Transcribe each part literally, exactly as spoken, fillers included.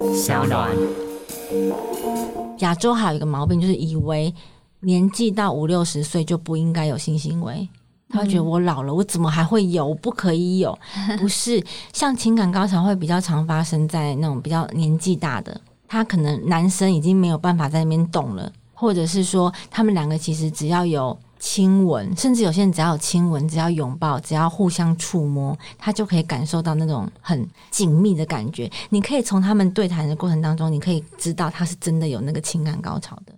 小暖。 亚洲还有一个毛病，就是以为年纪到五六十岁就不应该有性行为。他会觉得我老了，我怎么还会有？我不可以有。不是，像情感高潮会比较常发生在那种比较年纪大的，他可能男生已经没有办法在那边动了，或者是说他们两个其实只要有亲吻，甚至有些人只要有亲吻，只要拥抱，只要互相触摸，他就可以感受到那种很紧密的感觉。你可以从他们对谈的过程当中，你可以知道他是真的有那个情感高潮的。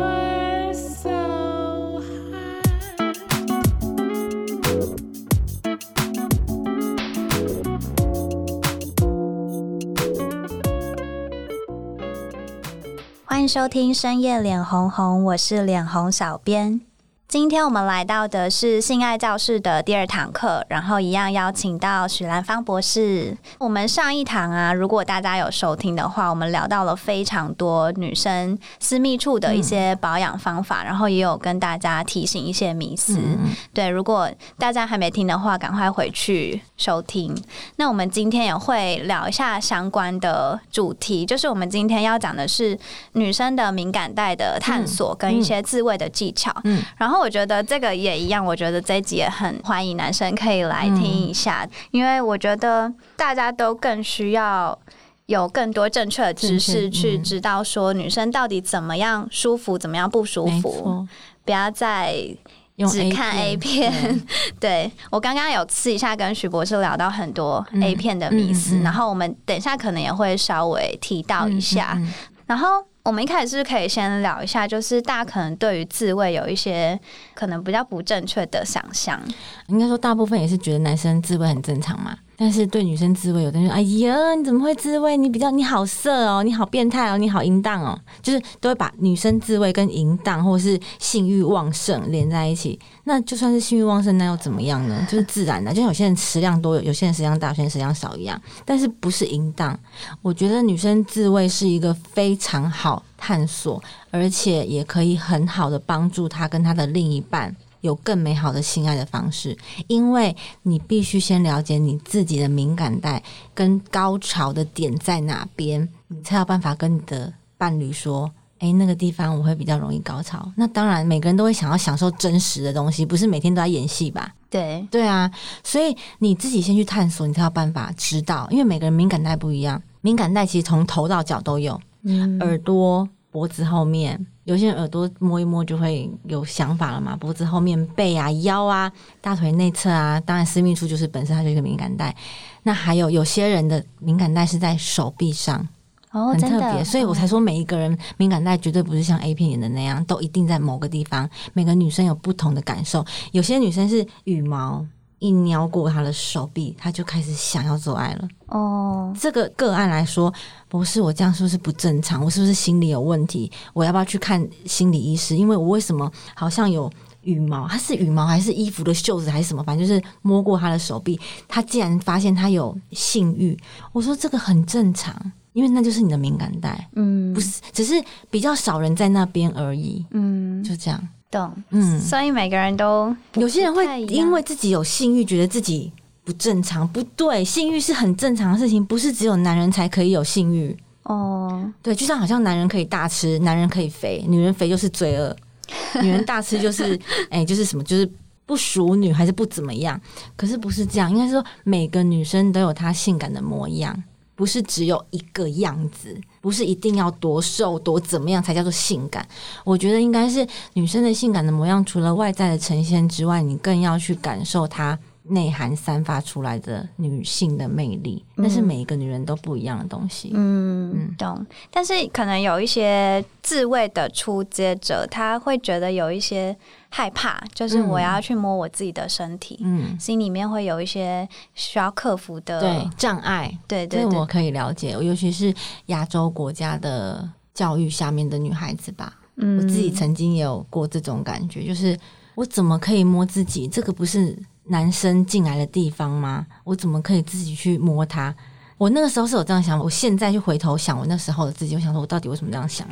欢迎收听深夜脸红红，我是脸红小编。今天我们来到的是性爱教室的第二堂课，然后一样邀请到许兰芳博士。我们上一堂啊，如果大家有收听的话，我们聊到了非常多女生私密处的一些保养方法，嗯、然后也有跟大家提醒一些迷思。嗯、对，如果大家还没听的话，赶快回去收听。那我们今天也会聊一下相关的主题，就是我们今天要讲的是女生的敏感带的探索跟一些自慰的技巧。嗯，然后我觉得这个也一样，我觉得这一集也很欢迎男生可以来听一下，嗯、因为我觉得大家都更需要有更多正确的知识，去知道说女生到底怎么样舒服，怎么样不舒服，不要再只看 A 片。对，我刚刚有私底下跟许博士聊到很多 A 片的迷思，嗯嗯嗯、然后我们等一下可能也会稍微提到一下，嗯嗯嗯、然后我们一开始是不是可以先聊一下，就是大家可能对于自慰有一些可能比较不正确的想象。 应该说大部分也是觉得男生自慰很正常嘛，但是对女生自慰有的人说哎呀你怎么会自慰，你比较你好色哦，你好变态哦，你好淫荡哦，就是都会把女生自慰跟淫荡或是性欲旺盛连在一起。那就算是性欲旺盛那又怎么样呢？就是自然的，就有些人食量多，有些人食量大，有些人食量少一样，但是不是淫荡。我觉得女生自慰是一个非常好探索，而且也可以很好的帮助她跟她的另一半有更美好的性爱的方式，因为你必须先了解你自己的敏感带跟高潮的点在哪边，你才有办法跟你的伴侣说哎，那个地方我会比较容易高潮。那当然每个人都会想要享受真实的东西，不是每天都在演戏吧。 对对啊，所以你自己先去探索，你才有办法知道，因为每个人敏感带不一样，敏感带其实从头到脚都有，嗯、耳朵脖子后面，有些人耳朵摸一摸就会有想法了嘛，脖子后面背啊腰啊大腿内侧啊，当然私密处就是本身它就是一个敏感带。那还有有些人的敏感带是在手臂上， 哦， 很特别，所以我才说每一个人敏感带绝对不是像 A 片演的那样都一定在某个地方，每个女生有不同的感受。有些女生是羽毛一撩过她的手臂，她就开始想要做爱了。哦，这个个案来说，不是我这样是不是不正常？我是不是心理有问题？我要不要去看心理医师？因为我为什么好像有羽毛？它是羽毛还是衣服的袖子还是什么？反正就是摸过她的手臂，她竟然发现她有性欲。我说这个很正常，因为那就是你的敏感带，嗯，不是，只是比较少人在那边而已，嗯，就这样。 懂，嗯，所以每个人都有些人会因为自己有性欲，觉得自己不正常，不对，性欲是很正常的事情，不是只有男人才可以有性欲哦。对，就像好像男人可以大吃，男人可以肥，女人肥就是罪恶，女人大吃就是哎、欸，就是什么，就是不淑女还是不怎么样。可是不是这样，应该是说每个女生都有她性感的模样。不是只有一个样子，不是一定要多瘦多怎么样才叫做性感。我觉得应该是女生的性感的模样，除了外在的呈现之外，你更要去感受她内涵散发出来的女性的魅力，那是每一个女人都不一样的东西。 嗯，嗯懂。但是可能有一些自慰的初阶者，他会觉得有一些害怕，就是我要去摸我自己的身体，嗯，心里面会有一些需要克服的对障碍。 对对对， 这我可以了解，尤其是亚洲国家的教育下面的女孩子吧。嗯，我自己曾经也有过这种感觉，就是我怎么可以摸自己？这个不是男生进来的地方吗？我怎么可以自己去摸它？我那个时候是有这样想，我现在就回头想我那时候的自己，我想说我到底为什么这样想啊？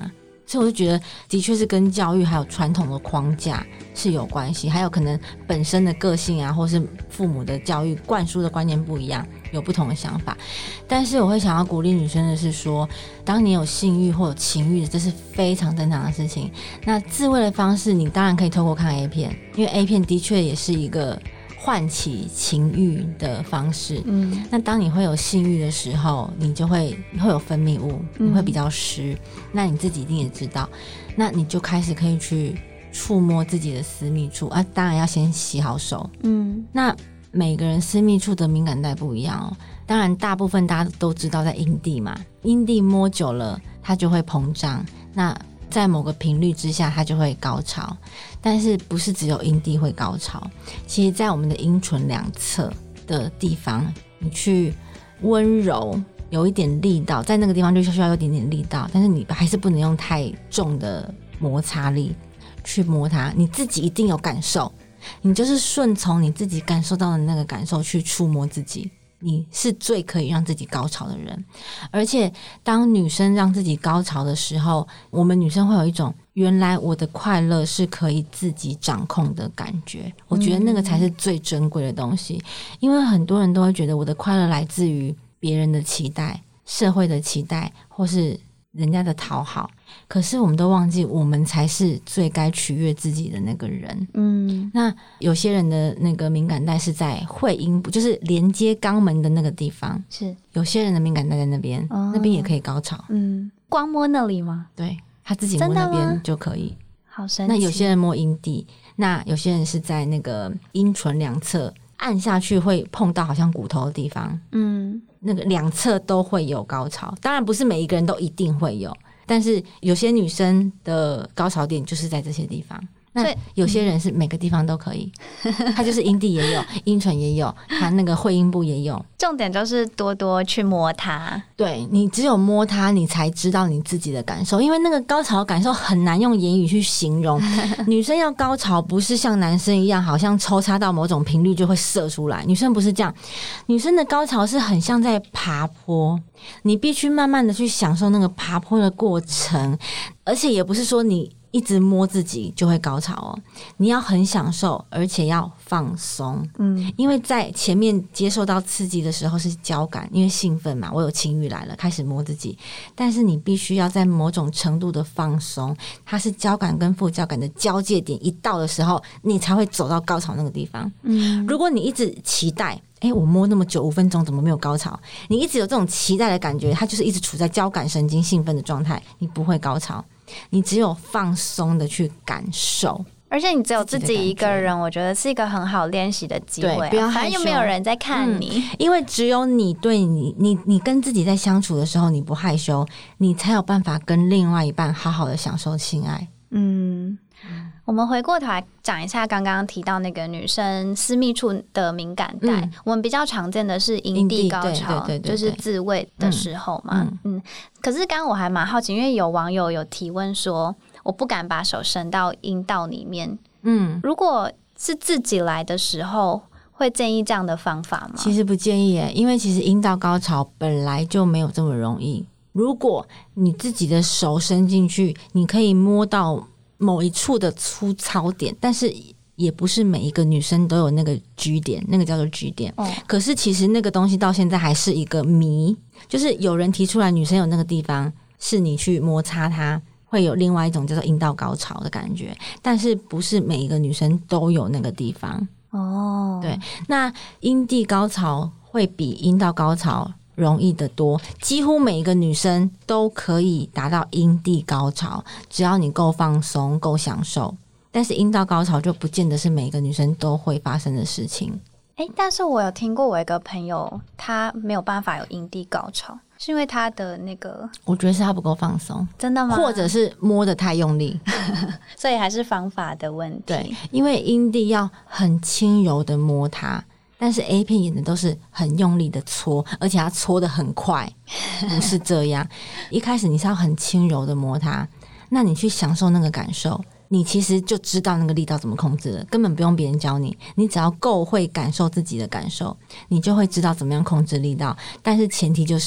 所以我就觉得的确是跟教育还有传统的框架是有关系，还有可能本身的个性啊，或是父母的教育灌输的观念不一样，有不同的想法。但是我会想要鼓励女生的是说，当你有性欲或有情欲，这是非常正常的事情。那自慰的方式你当然可以透过看 A 片，因为 A 片的确也是一个唤起情欲的方式。嗯，那当你会有性欲的时候，你就会你会有分泌物，你会比较湿、嗯、那你自己一定也知道，那你就开始可以去触摸自己的私密处啊，当然要先洗好手。嗯，那每个人私密处的敏感带不一样哦，当然大部分大家都知道在阴蒂嘛，阴蒂摸久了它就会膨胀，那在某个频率之下它就会高潮，但是不是只有阴蒂会高潮，其实在我们的阴唇两侧的地方，你去温柔有一点力道，在那个地方就需要有一点点力道，但是你还是不能用太重的摩擦力去摸它，你自己一定有感受，你就是顺从你自己感受到的那个感受去触摸自己，你是最可以让自己高潮的人。而且当女生让自己高潮的时候，我们女生会有一种原来我的快乐是可以自己掌控的感觉，我觉得那个才是最珍贵的东西。因为很多人都会觉得我的快乐来自于别人的期待，社会的期待，或是人家的讨好，可是我们都忘记我们才是最该取悦自己的那个人。嗯，那有些人的那个敏感带是在会阴部，就是连接肛门的那个地方，是有些人的敏感带在那边、哦、那边也可以高潮。 嗯，光摸那里吗？ 对，他自己摸那边就可以。 好神奇。 那有些人摸阴蒂，那有些人是在那个阴唇两侧按下去会碰到好像骨头的地方。嗯，那个两侧都会有高潮，当然不是每一个人都一定会有，但是有些女生的高潮点就是在这些地方，那有些人是每个地方都可以，他就是阴蒂也有，阴唇也有，他那个会阴部也有。 重点就是多多去摸它， 对，你只有摸它你才知道你自己的感受，因为那个高潮感受很难用言语去形容。女生要高潮不是像男生一样好像抽插到某种频率就会射出来，女生不是这样，女生的高潮是很像在爬坡，你必须慢慢的去享受那个爬坡的过程，而且也不是说你一直摸自己就会高潮哦，你要很享受，而且要放松。嗯，因为在前面接受到刺激的时候是交感，因为兴奋嘛，我有情欲来了，开始摸自己。但是你必须要在某种程度的放松，它是交感跟副交感的交界点一到的时候，你才会走到高潮那个地方。嗯，如果你一直期待，哎，我摸那么久五分钟怎么没有高潮？你一直有这种期待的感觉，它就是一直处在交感神经兴奋的状态，你不会高潮。你只有放松的去感受， 而且你只有自己一个人，我觉得是一个很好练习的机会、啊。 不要害羞， 反正又没有人在看你、 嗯，因为只有你对你，你你跟自己在相处的时候，你不害羞，你才有办法跟另外一半好好的享受性爱。嗯。 我们回过头来讲一下刚刚提到那个女生私密处的敏感带、嗯、我们比较常见的是阴蒂高潮，对对对对，就是自慰的时候嘛。 嗯, 嗯，可是刚刚我还蛮好奇，因为有网友有提问说我不敢把手伸到阴道里面，嗯，如果是自己来的时候会建议这样的方法吗？ 其实不建议耶，因为其实阴道高潮本来就没有这么容易，如果你自己的手伸进去你可以摸到某一处的粗糙点，但是也不是每一个女生都有那个 G 点，那个叫做 G 点、哦、可是其实那个东西到现在还是一个谜，就是有人提出来女生有那个地方是你去摩擦它会有另外一种叫做阴道高潮的感觉，但是不是每一个女生都有那个地方哦。对，那阴蒂高潮会比阴道高潮容易得多，几乎每一个女生都可以达到阴蒂高潮，只要你够放松够享受，但是阴道高潮就不见得是每一个女生都会发生的事情。 欸，但是我有听过我一个朋友他没有办法有阴蒂高潮，是因为他的那个， 我觉得是他不够放松。 真的吗？ 或者是摸得太用力所以还是方法的问题。 对，因为阴蒂要很轻柔的摸它，但是 A 片演的都是很用力的搓，而且它搓得很快，不是这样一开始你是要很轻柔的摸它，那你去享受那个感受，你其实就知道那个力道怎么控制了，根本不用别人教你，你只要够会感受自己的感受，你就会知道怎么样控制力道。但是前提就是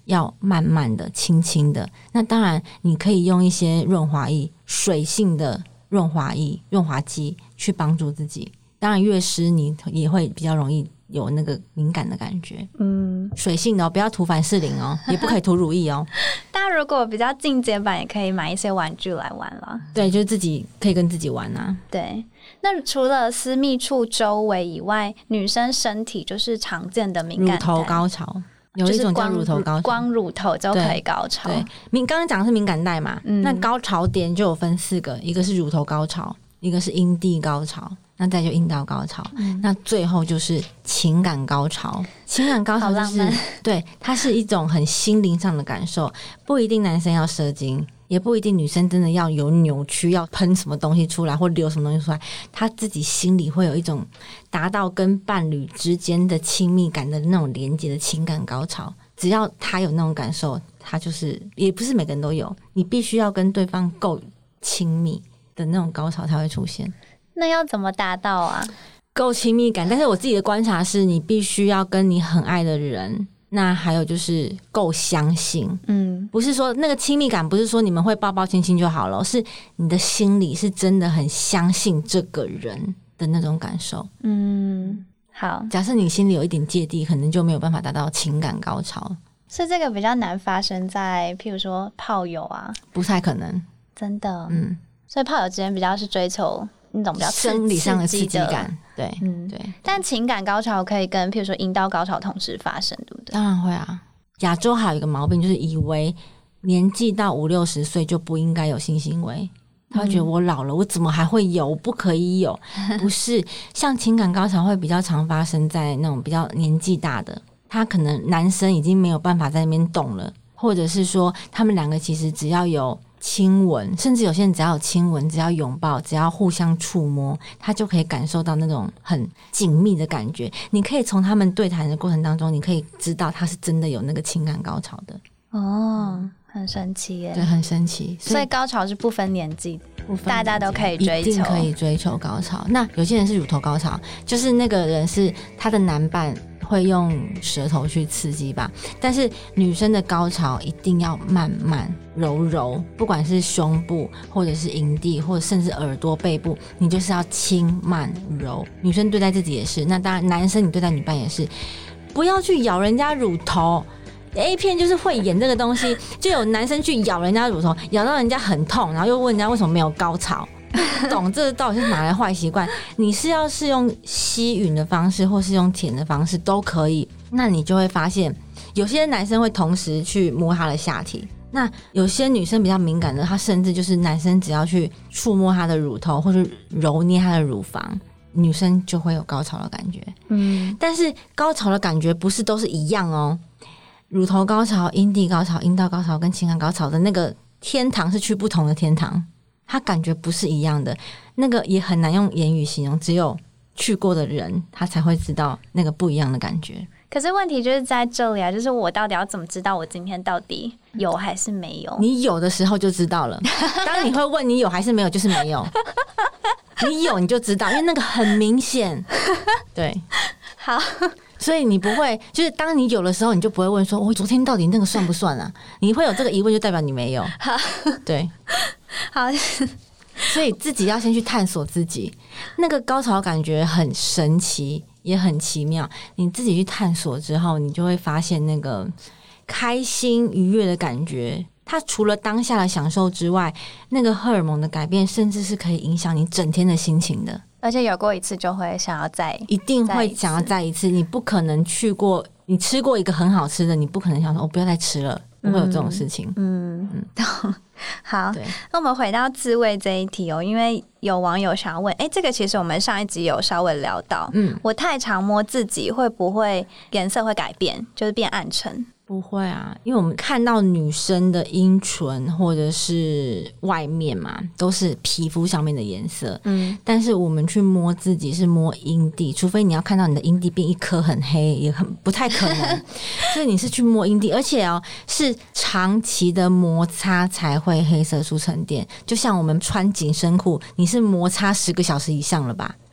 要慢慢的轻轻的。那当然你可以用一些润滑液，水性的润滑液润滑剂去帮助自己，当然越湿你也会比较容易有那个敏感的感觉。嗯，水性的哦，不要涂凡士林哦，也不可以涂乳液哦。 大家如果比较进阶版，也可以买一些玩具来玩了。 对，就是自己可以跟自己玩啊。 对，那除了私密处周围以外，女生身体就是常见的敏感带， 乳头高潮。有一种叫乳头高潮， 光乳头就可以高潮。 对，你刚刚讲的是敏感带嘛、嗯、那高潮点就有分四个，一个是乳头高潮，一个是阴蒂高潮，那再就阴道高潮、嗯、那最后就是情感高潮。情感高潮就是对，它是一种很心灵上的感受，不一定男生要射精，也不一定女生真的要有扭曲，要喷什么东西出来或流什么东西出来，他自己心里会有一种达到跟伴侣之间的亲密感的那种连接的情感高潮。只要他有那种感受，他就是也不是每个人都有，你必须要跟对方够亲密的那种高潮才会出现。 那要怎么达到啊？ 够亲密感，但是我自己的观察是，你必须要跟你很爱的人，那还有就是够相信。嗯，不是说那个亲密感不是说你们会抱抱亲亲就好了，是你的心里是真的很相信这个人的那种感受。嗯，好，假设你心里有一点芥蒂，可能就没有办法达到情感高潮。 是这个比较难发生在譬如说炮友啊？ 不太可能， 真的。嗯，所以炮友之间比较是追求那种比较生理上的刺激感。对，嗯，对。 但情感高潮可以跟譬如说阴道高潮同时发生，对不对？ 当然会啊。亚洲还有一个毛病，就是以为年纪到五六十岁就不应该有性行为，他会觉得我老了，我怎么还会有？我不可以有。不是，像情感高潮会比较常发生在那种比较年纪大的，他可能男生已经没有办法在那边动了，或者是说他们两个其实只要有亲吻，甚至有些人只要有亲吻，只要拥抱，只要互相触摸，他就可以感受到那种很紧密的感觉。你可以从他们对谈的过程当中，你可以知道他是真的有那个情感高潮的。 哦，很神奇耶。 对，很神奇。 所以, 所以高潮是不分年纪，大家都可以追求， 一定可以追求高潮。那有些人是乳头高潮，就是那个人是他的男伴会用舌头去刺激吧，但是女生的高潮一定要慢慢柔柔，不管是胸部或者是阴蒂或者甚至耳朵背部，你就是要轻慢柔。女生对待自己也是，那当然男生你对待女伴也是，不要去咬人家乳头。A 片就是会演这个东西，就有男生去咬人家乳头，咬到人家很痛，然后又问人家为什么没有高潮。懂这到底是哪来坏习惯？你是要是用吸吮的方式，或是用舔的方式都可以。那你就会发现，有些男生会同时去摸他的下体，那有些女生比较敏感的，她甚至就是男生只要去触摸她的乳头，或是揉捏她的乳房，女生就会有高潮的感觉。嗯，但是高潮的感觉不是都是一样哦。乳头高潮、阴蒂高潮、阴道高潮跟情感高潮的那个天堂是去不同的天堂，它感觉不是一样的，那个也很难用言语形容，只有去过的人他才会知道那个不一样的感觉。 可是问题就是在这里啊，就是我到底要怎么知道我今天到底有还是没有？ 你有的时候就知道了。当你会问你有还是没有，就是没有。你有你就知道，因为那个很明显。对， 好。 所以你不会，就是当你有的时候，你就不会问说：“我、哦、昨天到底那个算不算啊？”你会有这个疑问，就代表你没有。 好， 对， 好。 所以自己要先去探索自己，那个高潮感觉很神奇，也很奇妙。你自己去探索之后，你就会发现那个开心愉悦的感觉。它除了当下的享受之外，那个荷尔蒙的改变，甚至是可以影响你整天的心情的。 而且有过一次就会想要再一定会想要再一次，你不可能去过你吃过一个很好吃的，你不可能想说我、哦、不要再吃了，不会有这种事情。嗯嗯，好，那我们回到自慰这一题哦，因为有网友想要问，哎，这个其实我们上一集有稍微聊到，嗯，我太常摸自己会不会颜色会改变，就是变暗沉？ 不会啊，因为我们看到女生的阴唇或者是外面嘛，都是皮肤上面的颜色。嗯，但是我们去摸自己是摸阴蒂，除非你要看到你的阴蒂变一颗很黑，也很不太可能。所以你是去摸阴蒂，而且哦是长期的摩擦才会黑色素沉淀。就像我们穿紧身裤，你是摩擦十个小时以上了吧？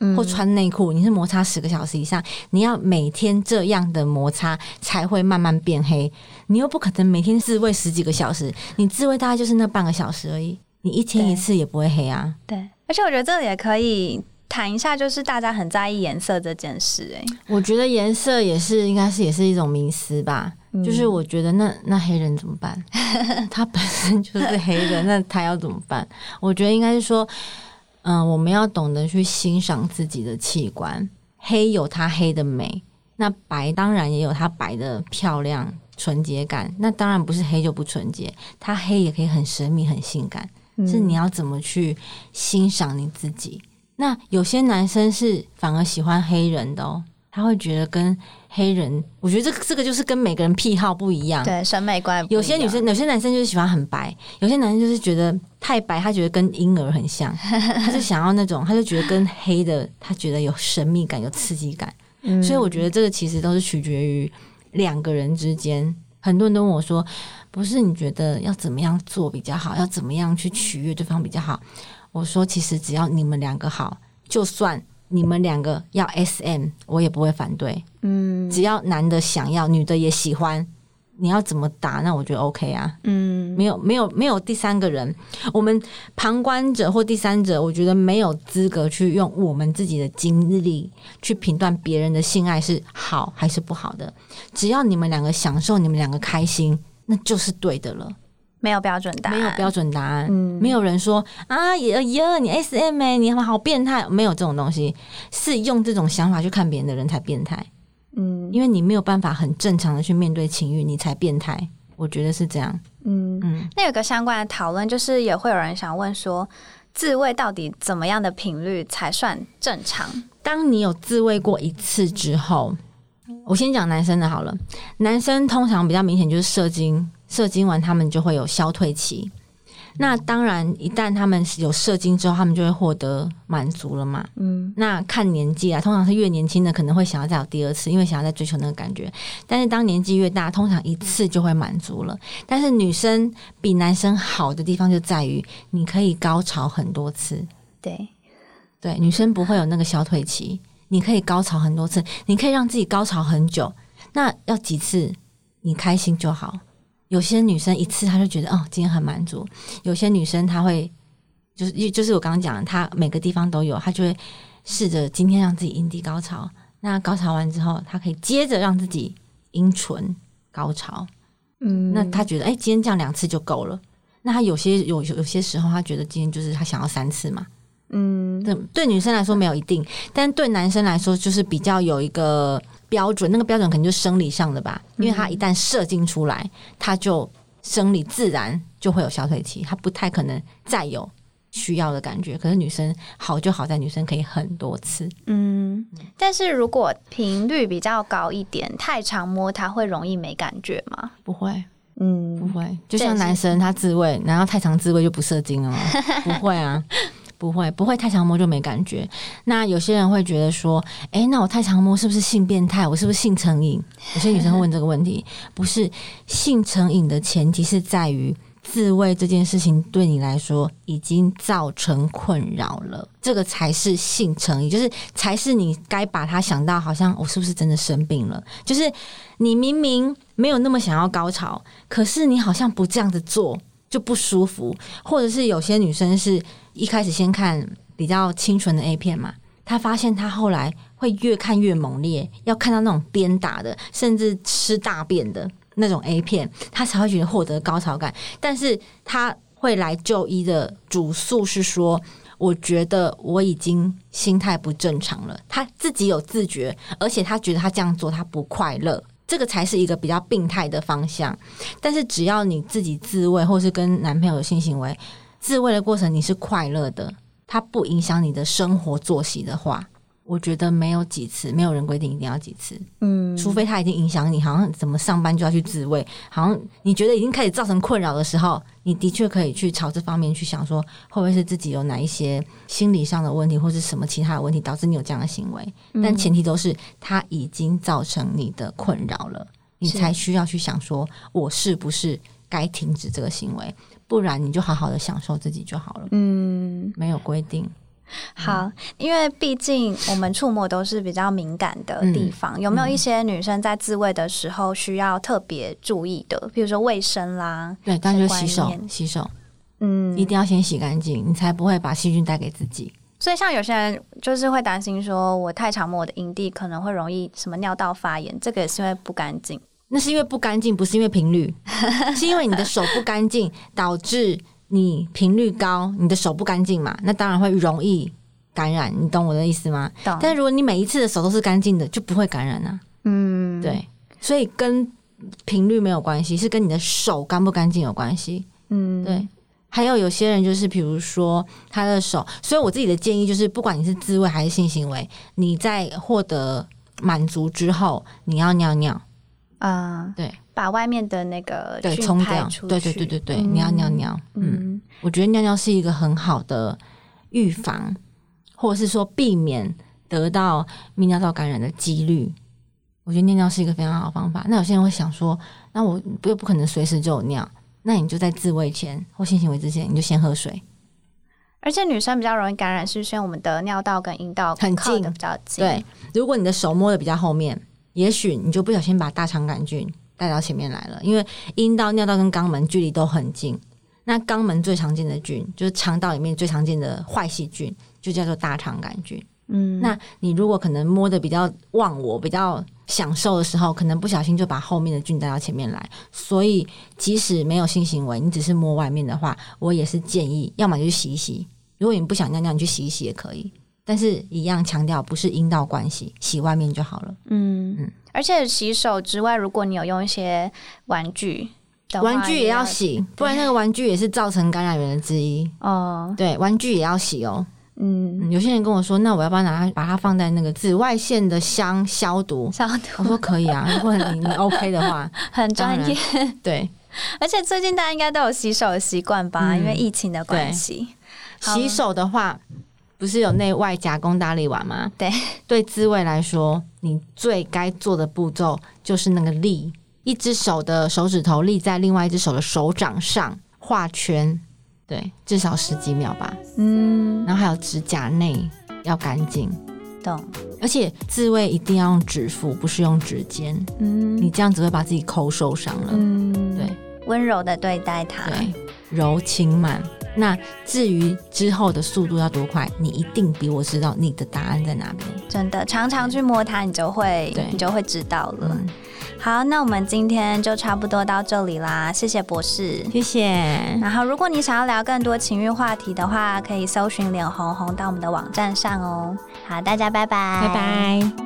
或穿内裤，你是摩擦十个小时以上，你要每天这样的摩擦才会慢慢变黑。你又不可能每天自慰十几个小时，你自慰大概就是那半个小时而已，你一天一次也不会黑啊。 对，而且我觉得这里也可以谈一下，就是大家很在意颜色这件事、欸。 我觉得颜色也是，应该是也是一种迷思吧。嗯、就是我觉得那那黑人怎么办？他本身就是黑人，那他要怎么办？我觉得应该是说，嗯、呃，我们要懂得去欣赏自己的器官。黑有它黑的美，那白当然也有它白的漂亮、纯洁感。那当然不是黑就不纯洁，它黑也可以很神秘、很性感。嗯、是你要怎么去欣赏你自己？那有些男生是反而喜欢黑人的哦，他会觉得跟黑人，我觉得这个这个就是跟每个人癖好不一样， 对，审美观不一样。 有些女生，有些男生就是喜欢很白，有些男生就是觉得太白，他觉得跟婴儿很像，他就想要那种，他就觉得跟黑的，他觉得有神秘感、有刺激感。嗯、所以我觉得这个其实都是取决于两个人之间。很多人都问我说，不是你觉得要怎么样做比较好，要怎么样去取悦对方比较好？我说其实只要你们两个好，就算你们两个要 S M 我也不会反对。嗯，只要男的想要，女的也喜欢，你要怎么打那我觉得 OK 啊。嗯，没有没有没有第三个人，我们旁观者或第三者，我觉得没有资格去用我们自己的经历去评断别人的性爱是好还是不好的。只要你们两个享受，你们两个开心，那就是对的了。 没有标准答案， 没有标准答案，嗯、没有人说啊，呀呀，你 S M 哎、欸，你好变态，没有这种东西，是用这种想法去看别人的人才变态，嗯，因为你没有办法很正常的去面对情欲，你才变态，我觉得是这样，嗯嗯。那有个相关的讨论，就是也会有人想问说，自慰到底怎么样的频率才算正常？ 当你有自慰过一次之后，我先讲男生的好了，男生通常比较明显就是射精。射精完他们就会有消退期，那当然一旦他们有射精之后，他们就会获得满足了嘛。嗯，那看年纪啊，通常是越年轻的可能会想要再有第二次，因为想要再追求那个感觉。但是当年纪越大，通常一次就会满足了。但是女生比男生好的地方就在于，你可以高潮很多次。 对对，女生不会有那个消退期，你可以高潮很多次，你可以让自己高潮很久。那要几次你开心就好。有些女生一次她就觉得哦今天很满足，有些女生她会就是就是我刚刚讲的，她每个地方都有，她就会试着今天让自己阴蒂高潮，那高潮完之后她可以接着让自己阴唇高潮，嗯，那她觉得哎、欸、今天这样两次就够了，那她有些有有些时候她觉得今天就是她想要三次嘛，嗯，对，对女生来说没有一定，但对男生来说就是比较有一个标准，那个标准可能就是生理上的吧，因为他一旦射精出来，他就生理自然就会有消退期，他不太可能再有需要的感觉。可是女生好就好在女生可以很多次， 嗯，但是如果频率比较高一点，太常摸它会容易没感觉吗？ 不会，嗯，不会。就像男生他自慰，然后太常自慰就不射精了吗？不会啊。不会，不会太常摸就没感觉。那有些人会觉得说，哎，那我太常摸是不是性变态？我是不是性成瘾？有些女生会问这个问题。不是，性成瘾的前提是在于自慰这件事情对你来说已经造成困扰了，这个才是性成瘾，就是才是你该把它想到好像我是不是真的生病了，就是你明明没有那么想要高潮，可是你好像不这样子做就不舒服，或者是有些女生是一开始先看比较清纯的 A 片嘛，她发现她后来会越看越猛烈，要看到那种鞭打的甚至吃大便的那种 A 片，她才会觉得获得高潮感。但是她会来就医的主诉是说，我觉得我已经心态不正常了，她自己有自觉，而且她觉得她这样做她不快乐，这个才是一个比较病态的方向。但是只要你自己自慰或是跟男朋友有性行为，自慰的过程你是快乐的，它不影响你的生活作息的话，我觉得没有几次，没有人规定一定要几次，嗯，除非它已经影响你，好像怎么上班就要去自慰，好像你觉得已经开始造成困扰的时候，你的确可以去朝这方面去想说，会不会是自己有哪一些心理上的问题，或是什么其他的问题导致你有这样的行为，嗯，但前提都是它已经造成你的困扰了，你才需要去想说我是不是该停止这个行为，不然你就好好的享受自己就好了。嗯，没有规定。 好，因为毕竟我们触摸都是比较敏感的地方，嗯、有没有一些女生在自慰的时候需要特别注意的？比如说卫生啦， 对，当然就洗手，洗手，嗯，一定要先洗干净，你才不会把细菌带给自己。 所以像有些人就是会担心说，我太常摸我的阴蒂，可能会容易什么尿道发炎，这个也是因为不干净。 那是因为不干净，不是因为频率，是因为你的手不干净导致。你频率高，你的手不干净嘛，那当然会容易感染，你懂我的意思吗？懂。但是如果你每一次的手都是干净的，就不会感染啊。嗯，对，所以跟频率没有关系，是跟你的手干不干净有关系。嗯，对。还有有些人就是比如说他的手，所以我自己的建议就是，不管你是自慰还是性行为，你在获得满足之后，你要尿尿。啊、uh, ，对， 把外面的那个对冲掉，对对对对对，嗯、你要尿尿，嗯，嗯我觉得尿尿是一个很好的预防，或者是说避免得到泌尿道感染的几率。我觉得尿尿是一个非常好的方法。那有些人会想说，那我又不可能随时就有尿，那你就在自慰前或性行为之前，你就先喝水。 而且女生比较容易感染，是因为我们的尿道跟阴道很近， 比较近。 对，如果你的手摸的比较后面。也许你就不小心把大肠杆菌带到前面来了，因为阴道、尿道跟肛门距离都很近。那肛门最常见的菌，就是肠道里面最常见的坏细菌，就叫做大肠杆菌。嗯，那你如果可能摸的比较忘我、比较享受的时候，可能不小心就把后面的菌带到前面来。所以即使没有性行为，你只是摸外面的话，我也是建议，要么就去洗一洗。如果你不想尿尿，你去洗一洗也可以。但是一样强调不是阴道关系，洗外面就好了。嗯嗯，而且洗手之外，如果你有用一些玩具的话， 玩具也要洗，不然那个玩具也是造成感染源之一。哦，对，玩具也要洗哦。嗯，有些人跟我说，那我要不要拿它把它放在那个紫外线的箱消毒？ 消毒， 我说可以啊，如果你你 OK 的话， 很专业。 对， 而且最近大家应该都有洗手的习惯吧、嗯？因为疫情的关系， 洗手的话。不是有内外夹弓大力丸吗？ 对， 对自慰来说，你最该做的步骤就是那个立，一只手的手指头立在另外一只手的手掌上画圈，对，至少十几秒吧。嗯，然后还有指甲内要干净， 懂。 而且自慰一定要用指腹，不是用指尖。嗯，你这样子会把自己抠受伤了。嗯，对， 温柔的对待它， 对，柔轻慢。那至于之后的速度要多快，你一定比我知道你的答案在哪边。 真的，常常去摸它，你就会，你就会知道了。嗯、好，那我们今天就差不多到这里啦，谢谢博士， 谢谢。 然后，如果你想要聊更多情欲话题的话，可以搜寻脸红红到我们的网站上哦。好，大家拜拜， 拜拜。